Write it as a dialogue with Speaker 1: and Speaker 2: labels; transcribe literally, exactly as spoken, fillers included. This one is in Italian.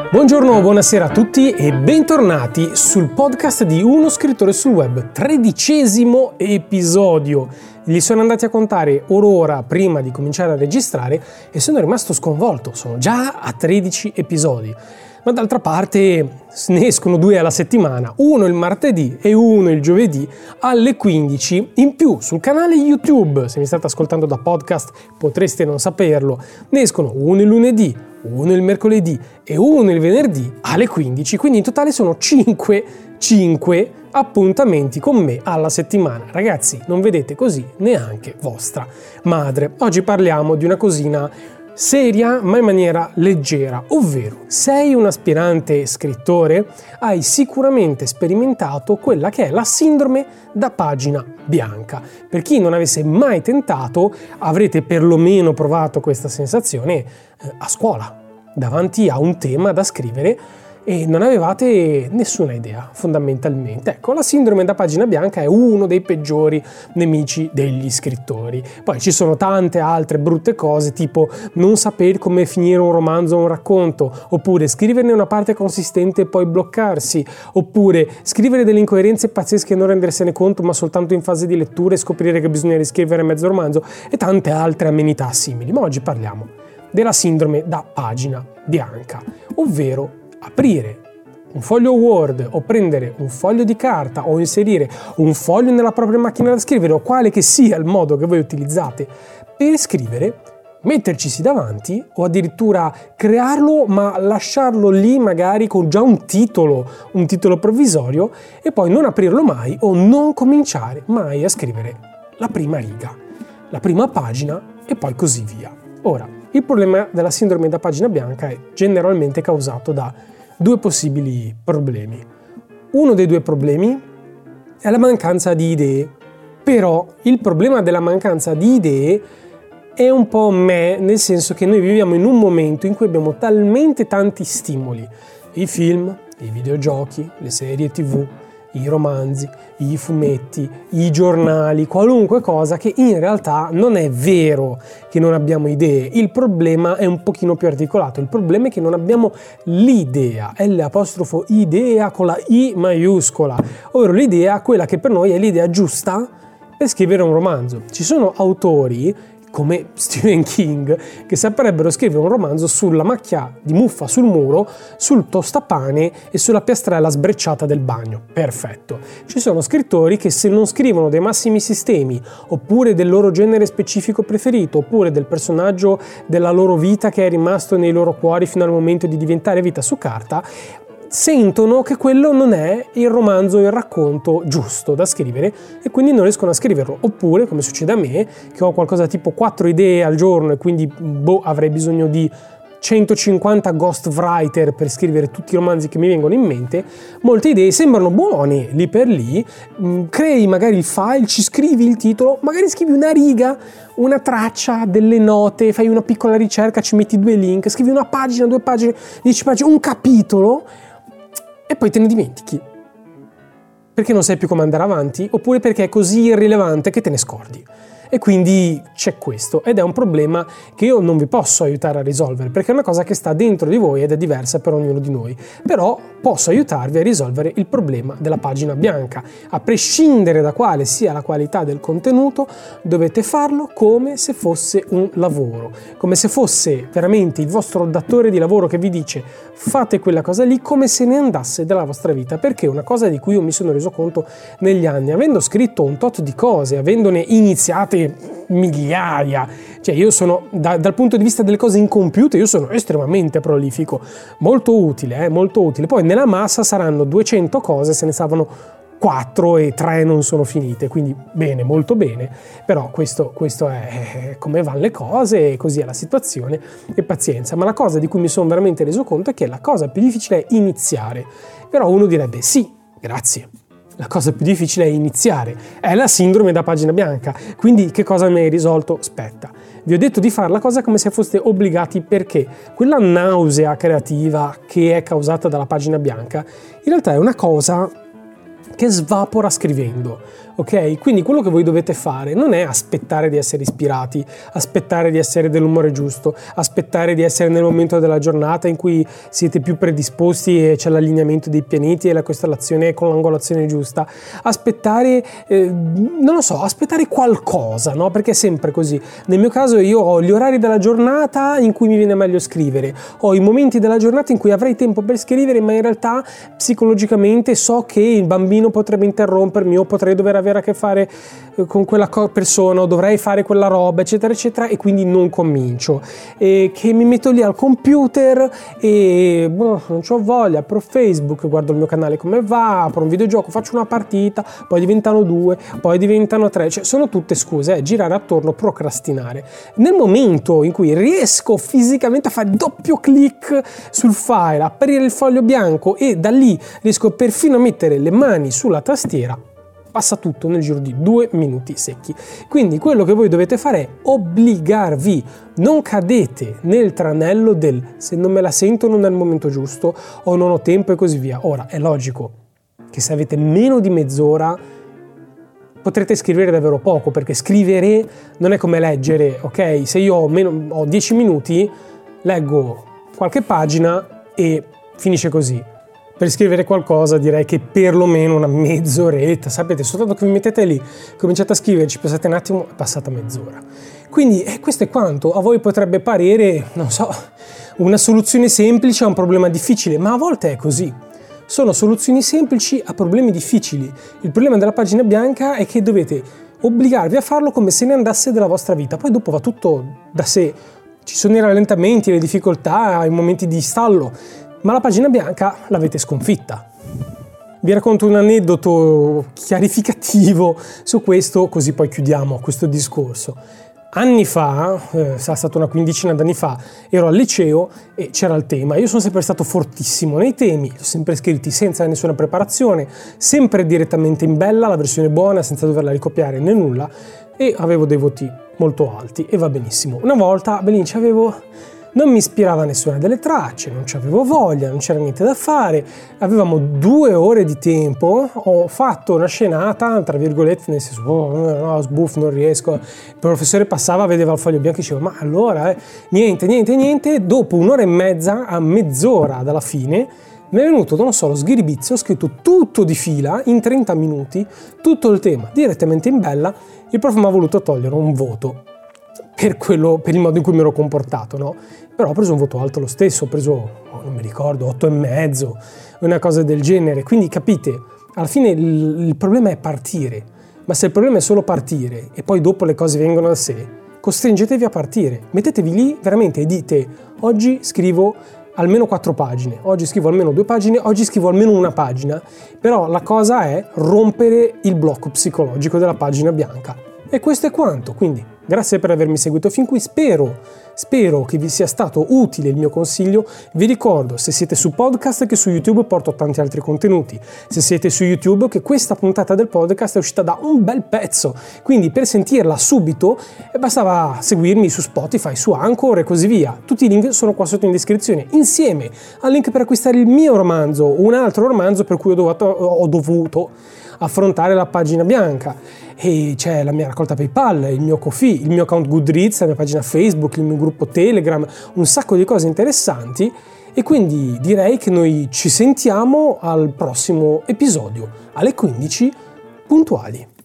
Speaker 1: Buongiorno, buonasera a tutti e bentornati sul podcast di Uno Scrittore sul Web, tredicesimo episodio. Gli sono andati a contare ora prima di cominciare a registrare e sono rimasto sconvolto, sono già a tredici episodi. Ma d'altra parte ne escono due alla settimana, uno il martedì e uno il giovedì alle quindici, in più sul canale YouTube. Se mi state ascoltando da podcast potreste non saperlo, ne escono uno il lunedì, uno il mercoledì e uno il venerdì alle quindici, quindi in totale sono cinque, cinque appuntamenti con me alla settimana. Ragazzi, non vedete così neanche vostra madre. Oggi parliamo di una cosina seria ma in maniera leggera, ovvero sei un aspirante scrittore, hai sicuramente sperimentato quella che è la sindrome da pagina bianca. Per chi non avesse mai tentato, avrete perlomeno provato questa sensazione eh, a scuola, davanti a un tema da scrivere e non avevate nessuna idea, fondamentalmente. Ecco, la sindrome da pagina bianca è uno dei peggiori nemici degli scrittori. Poi ci sono tante altre brutte cose, tipo non sapere come finire un romanzo o un racconto, oppure scriverne una parte consistente e poi bloccarsi, oppure scrivere delle incoerenze pazzesche e non rendersene conto, ma soltanto in fase di lettura e scoprire che bisogna riscrivere mezzo romanzo, e tante altre amenità simili. Ma oggi parliamo della sindrome da pagina bianca, ovvero aprire un foglio Word o prendere un foglio di carta o inserire un foglio nella propria macchina da scrivere o quale che sia il modo che voi utilizzate per scrivere, mettercisi davanti o addirittura crearlo ma lasciarlo lì magari con già un titolo, un titolo provvisorio e poi non aprirlo mai o non cominciare mai a scrivere la prima riga, la prima pagina e poi così via. Ora, il problema della sindrome da pagina bianca è generalmente causato da due possibili problemi. Uno dei due problemi è la mancanza di idee, però il problema della mancanza di idee è un po' me, nel senso che noi viviamo in un momento in cui abbiamo talmente tanti stimoli, i film, i videogiochi, le serie tv, i romanzi, i fumetti, i giornali, qualunque cosa, che in realtà non è vero che non abbiamo idee. Il problema è un pochino più articolato. Il problema è che non abbiamo l'idea, L apostrofo idea con la I maiuscola, ovvero l'idea, quella che per noi è l'idea giusta per scrivere un romanzo. Ci sono autori come Stephen King, che saprebbero scrivere un romanzo sulla macchia di muffa sul muro, sul tostapane e sulla piastrella sbrecciata del bagno. Perfetto. Ci sono scrittori che se non scrivono dei massimi sistemi, oppure del loro genere specifico preferito, oppure del personaggio della loro vita che è rimasto nei loro cuori fino al momento di diventare vita su carta, sentono che quello non è il romanzo, il racconto giusto da scrivere e quindi non riescono a scriverlo. Oppure, come succede a me, che ho qualcosa tipo quattro idee al giorno e quindi boh, avrei bisogno di centocinquanta ghostwriter per scrivere tutti i romanzi che mi vengono in mente, molte idee sembrano buone lì per lì, crei magari il file, ci scrivi il titolo, magari scrivi una riga, una traccia, delle note, fai una piccola ricerca, ci metti due link, scrivi una pagina, due pagine, dieci pagine, un capitolo e poi te ne dimentichi. Perché non sai più come andare avanti, oppure perché è così irrilevante che te ne scordi. E quindi c'è questo, ed è un problema che io non vi posso aiutare a risolvere, perché è una cosa che sta dentro di voi ed è diversa per ognuno di noi. Però posso aiutarvi a risolvere il problema della pagina bianca. A prescindere da quale sia la qualità del contenuto, dovete farlo come se fosse un lavoro, come se fosse veramente il vostro datore di lavoro che vi dice fate quella cosa lì come se ne andasse dalla vostra vita, perché è una cosa di cui io mi sono reso conto negli anni, avendo scritto un tot di cose, avendone iniziate migliaia, cioè io sono da, dal punto di vista delle cose incompiute io sono estremamente prolifico, molto utile, eh, molto utile. Poi nella massa saranno duecento cose, se ne salvano quattro e tre non sono finite, quindi bene, molto bene, però questo, questo è come vanno le cose, così è la situazione e pazienza. Ma la cosa di cui mi sono veramente reso conto è che la cosa più difficile è iniziare. Però uno direbbe sì, grazie. La cosa più difficile è iniziare, è la sindrome da pagina bianca. Quindi che cosa mi hai risolto? Aspetta, vi ho detto di fare la cosa come se foste obbligati, perché quella nausea creativa che è causata dalla pagina bianca in realtà è una cosa che svapora scrivendo, ok? Quindi quello che voi dovete fare non è aspettare di essere ispirati, aspettare di essere dell'umore giusto, aspettare di essere nel momento della giornata in cui siete più predisposti e c'è l'allineamento dei pianeti e la costellazione con l'angolazione giusta, aspettare, eh, non lo so, aspettare qualcosa, no? Perché è sempre così. Nel mio caso io ho gli orari della giornata in cui mi viene meglio scrivere, ho i momenti della giornata in cui avrei tempo per scrivere, ma in realtà psicologicamente so che il bambino potrebbe interrompermi o potrei dover avere a che fare con quella persona o dovrei fare quella roba, eccetera eccetera, e quindi non comincio, e che mi metto lì al computer e boh, non c'ho voglia, apro Facebook, guardo il mio canale come va, apro un videogioco, faccio una partita, poi diventano due, poi diventano tre, cioè sono tutte scuse, eh, girare attorno, procrastinare. Nel momento in cui riesco fisicamente a fare doppio clic sul file, aprire il foglio bianco e da lì riesco perfino a mettere le mani sulla tastiera, passa tutto nel giro di due minuti secchi. Quindi quello che voi dovete fare è obbligarvi, non cadete nel tranello del se non me la sento non è il momento giusto o non ho tempo e così via. Ora è logico che se avete meno di mezz'ora potrete scrivere davvero poco, perché scrivere non è come leggere, ok? Se io ho, meno, ho dieci minuti, leggo qualche pagina e finisce così. Per scrivere qualcosa direi che perlomeno una mezz'oretta, sapete, soltanto che vi mettete lì, cominciate a scrivere, ci pensate un attimo, è passata mezz'ora. Quindi eh, questo è quanto. A voi potrebbe parere, non so, una soluzione semplice a un problema difficile, ma a volte è così. Sono soluzioni semplici a problemi difficili. Il problema della pagina bianca è che dovete obbligarvi a farlo come se ne andasse della vostra vita, poi dopo va tutto da sé. Ci sono i rallentamenti, le difficoltà, i momenti di stallo, ma la pagina bianca l'avete sconfitta. Vi racconto un aneddoto chiarificativo su questo, così poi chiudiamo questo discorso. Anni fa, eh, sarà stata una quindicina d'anni fa, ero al liceo e c'era il tema. Io sono sempre stato fortissimo nei temi, li ho sempre scritti senza nessuna preparazione, sempre direttamente in bella, la versione buona, senza doverla ricopiare né nulla, e avevo dei voti molto alti e va benissimo. Una volta a Belinci avevo... non mi ispirava nessuna delle tracce, non c'avevo voglia, non c'era niente da fare, avevamo due ore di tempo, ho fatto una scenata, tra virgolette, nel senso, oh, no, sbuff, non riesco, il professore passava, vedeva il foglio bianco e diceva, ma allora, eh, niente, niente, niente, dopo un'ora e mezza, a mezz'ora dalla fine, mi è venuto, non so, lo sghiribizio, ho scritto tutto di fila, in trenta minuti, tutto il tema, direttamente in bella, il prof mi ha voluto togliere un voto. Per, quello, per il modo in cui mi ero comportato, no? Però ho preso un voto alto lo stesso, ho preso, oh, non mi ricordo, otto e mezzo, una cosa del genere. Quindi capite, alla fine il, il problema è partire, ma se il problema è solo partire e poi dopo le cose vengono da sé, costringetevi a partire, mettetevi lì veramente e dite, oggi scrivo almeno quattro pagine, oggi scrivo almeno due pagine, oggi scrivo almeno una pagina, però la cosa è rompere il blocco psicologico della pagina bianca. E questo è quanto, quindi grazie per avermi seguito fin qui, spero, spero che vi sia stato utile il mio consiglio. Vi ricordo, se siete su podcast, che su YouTube porto tanti altri contenuti, se siete su YouTube che questa puntata del podcast è uscita da un bel pezzo, quindi per sentirla subito bastava seguirmi su Spotify, su Anchor e così via. Tutti i link sono qua sotto in descrizione, insieme al link per acquistare il mio romanzo, un altro romanzo per cui ho dovuto, ho dovuto affrontare la pagina bianca, e c'è la mia raccolta PayPal, il mio Ko-fi, il mio account Goodreads, la mia pagina Facebook, il mio gruppo Telegram, un sacco di cose interessanti, e quindi direi che noi ci sentiamo al prossimo episodio alle quindici puntuali.